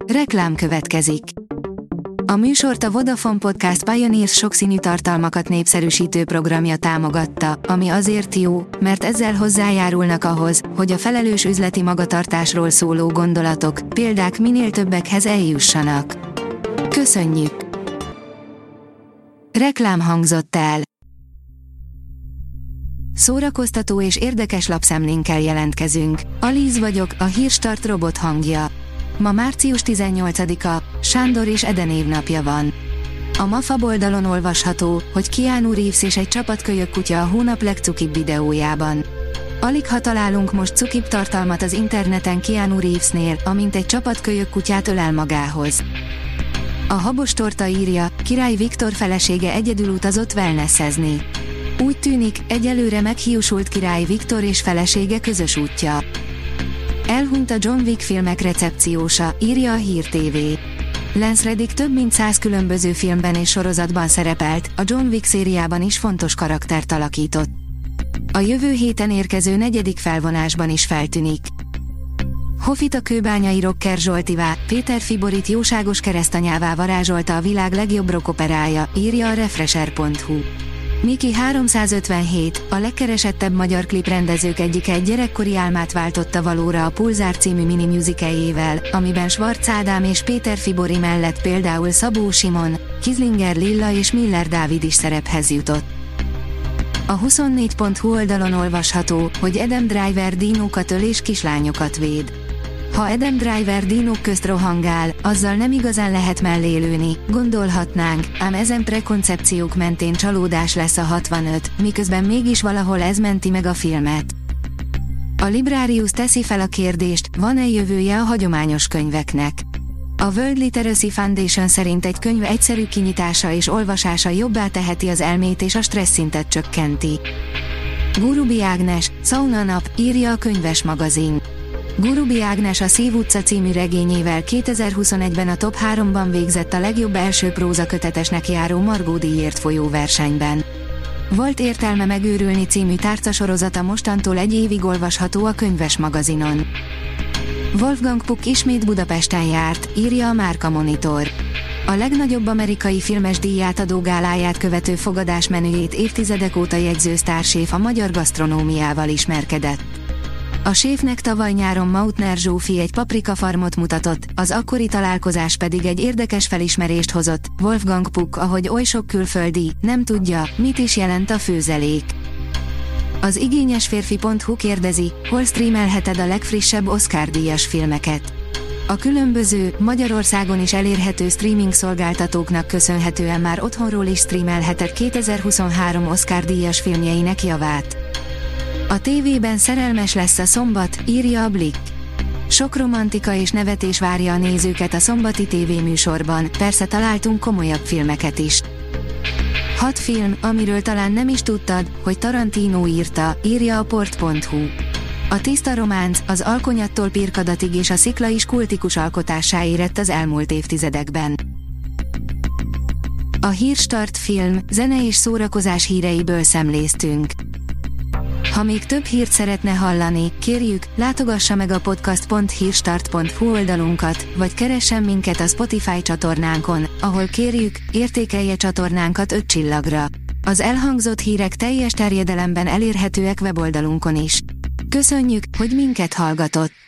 Reklám következik. A műsort a Vodafone Podcast Pioneers sokszínű tartalmakat népszerűsítő programja támogatta, ami azért jó, mert ezzel hozzájárulnak ahhoz, hogy a felelős üzleti magatartásról szóló gondolatok, példák minél többekhez eljussanak. Köszönjük! Reklám hangzott el. Szórakoztató és érdekes lapszemlénkkel jelentkezünk. Alíz vagyok, a Hírstart robot hangja. Ma március 18-a, Sándor és Ede névnapja van. A MAFA oldalon olvasható, hogy Keanu Reeves és egy csapat kölyökkutya a hónap legcukibb videójában. Aligha találunk most cukibb tartalmat az interneten Keanu Reevesnél, amint egy csapat kölyökkutyát ölel magához. A Habos Torta írja, Király Viktor felesége egyedül utazott wellnessezni. Úgy tűnik, egyelőre meghiúsult Király Viktor és felesége közös útja. Elhunyt a John Wick filmek recepciósa, írja a Hír TV. Lance Reddick több mint 100 különböző filmben és sorozatban szerepelt, a John Wick szériában is fontos karaktert alakított. A jövő héten érkező 4. felvonásban is feltűnik. Hofit a kőbányai rocker Zsoltivá, Péter Fiborit jóságos keresztanyává varázsolta a világ legjobb rockoperája, írja a Refresher.hu. Miki 357, a legkeresettebb magyar kliprendezők egyike egy gyerekkori álmát váltotta valóra a Pulzár című minimusicaljével, amiben Schwarz Ádám és Péter Fibori mellett például Szabó Simon, Kizlinger Lilla és Miller Dávid is szerephez jutott. A 24.hu oldalon olvasható, hogy Adam Driver dinókat öl és kislányokat véd. Ha Adam Driver dinók közt rohangál, azzal nem igazán lehet mellé lőni, gondolhatnánk, ám ezen prekoncepciók mentén csalódás lesz a 65, miközben mégis valahol ez menti meg a filmet. A Librarius teszi fel a kérdést, van-e jövője a hagyományos könyveknek. A World Literacy Foundation szerint egy könyv egyszerű kinyitása és olvasása jobbá teheti az elmét és a stresszszintet csökkenti. Gurubi Ágnes, Sauna nap, írja a Könyves magazin. Gurubi Ágnes a Szív utca című regényével 2021-ben a top 3-ban végzett a legjobb első prózakötetesnek járó Margó díjért folyó versenyben. Volt értelme megőrülni című tárcasorozata mostantól egy évig olvasható a Könyves magazinon. Wolfgang Puck ismét Budapesten járt, írja a Márka Monitor. A legnagyobb amerikai filmes díjátadó gáláját követő fogadásmenüjét évtizedek óta jegyző sztárséf a magyar gasztronómiával ismerkedett. A séfnek tavaly nyáron Mautner Zsófi egy paprikafarmot mutatott, az akkori találkozás pedig egy érdekes felismerést hozott. Wolfgang Puck, ahogy oly sok külföldi, nem tudja, mit is jelent a főzelék. Az igényesférfi.hu kérdezi, hol streamelheted a legfrissebb Oscar-díjas filmeket. A különböző, Magyarországon is elérhető streaming szolgáltatóknak köszönhetően már otthonról is streamelheted 2023 Oscar-díjas filmjeinek javát. A tévében szerelmes lesz a szombat, írja a Blick. Sok romantika és nevetés várja a nézőket a szombati tévéműsorban, persze találtunk komolyabb filmeket is. 6 film, amiről talán nem is tudtad, hogy Tarantino írta, írja a port.hu. A tiszta románc, az alkonyattól pirkadatig és a szikla is kultikus alkotássá érett az elmúlt évtizedekben. A Hírstart film, zene és szórakozás híreiből szemléztünk. Ha még több hírt szeretne hallani, kérjük, látogassa meg a podcast.hírstart.hu oldalunkat, vagy keressen minket a Spotify csatornánkon, ahol kérjük, értékelje csatornánkat 5 csillagra. Az elhangzott hírek teljes terjedelemben elérhetőek weboldalunkon is. Köszönjük, hogy minket hallgatott!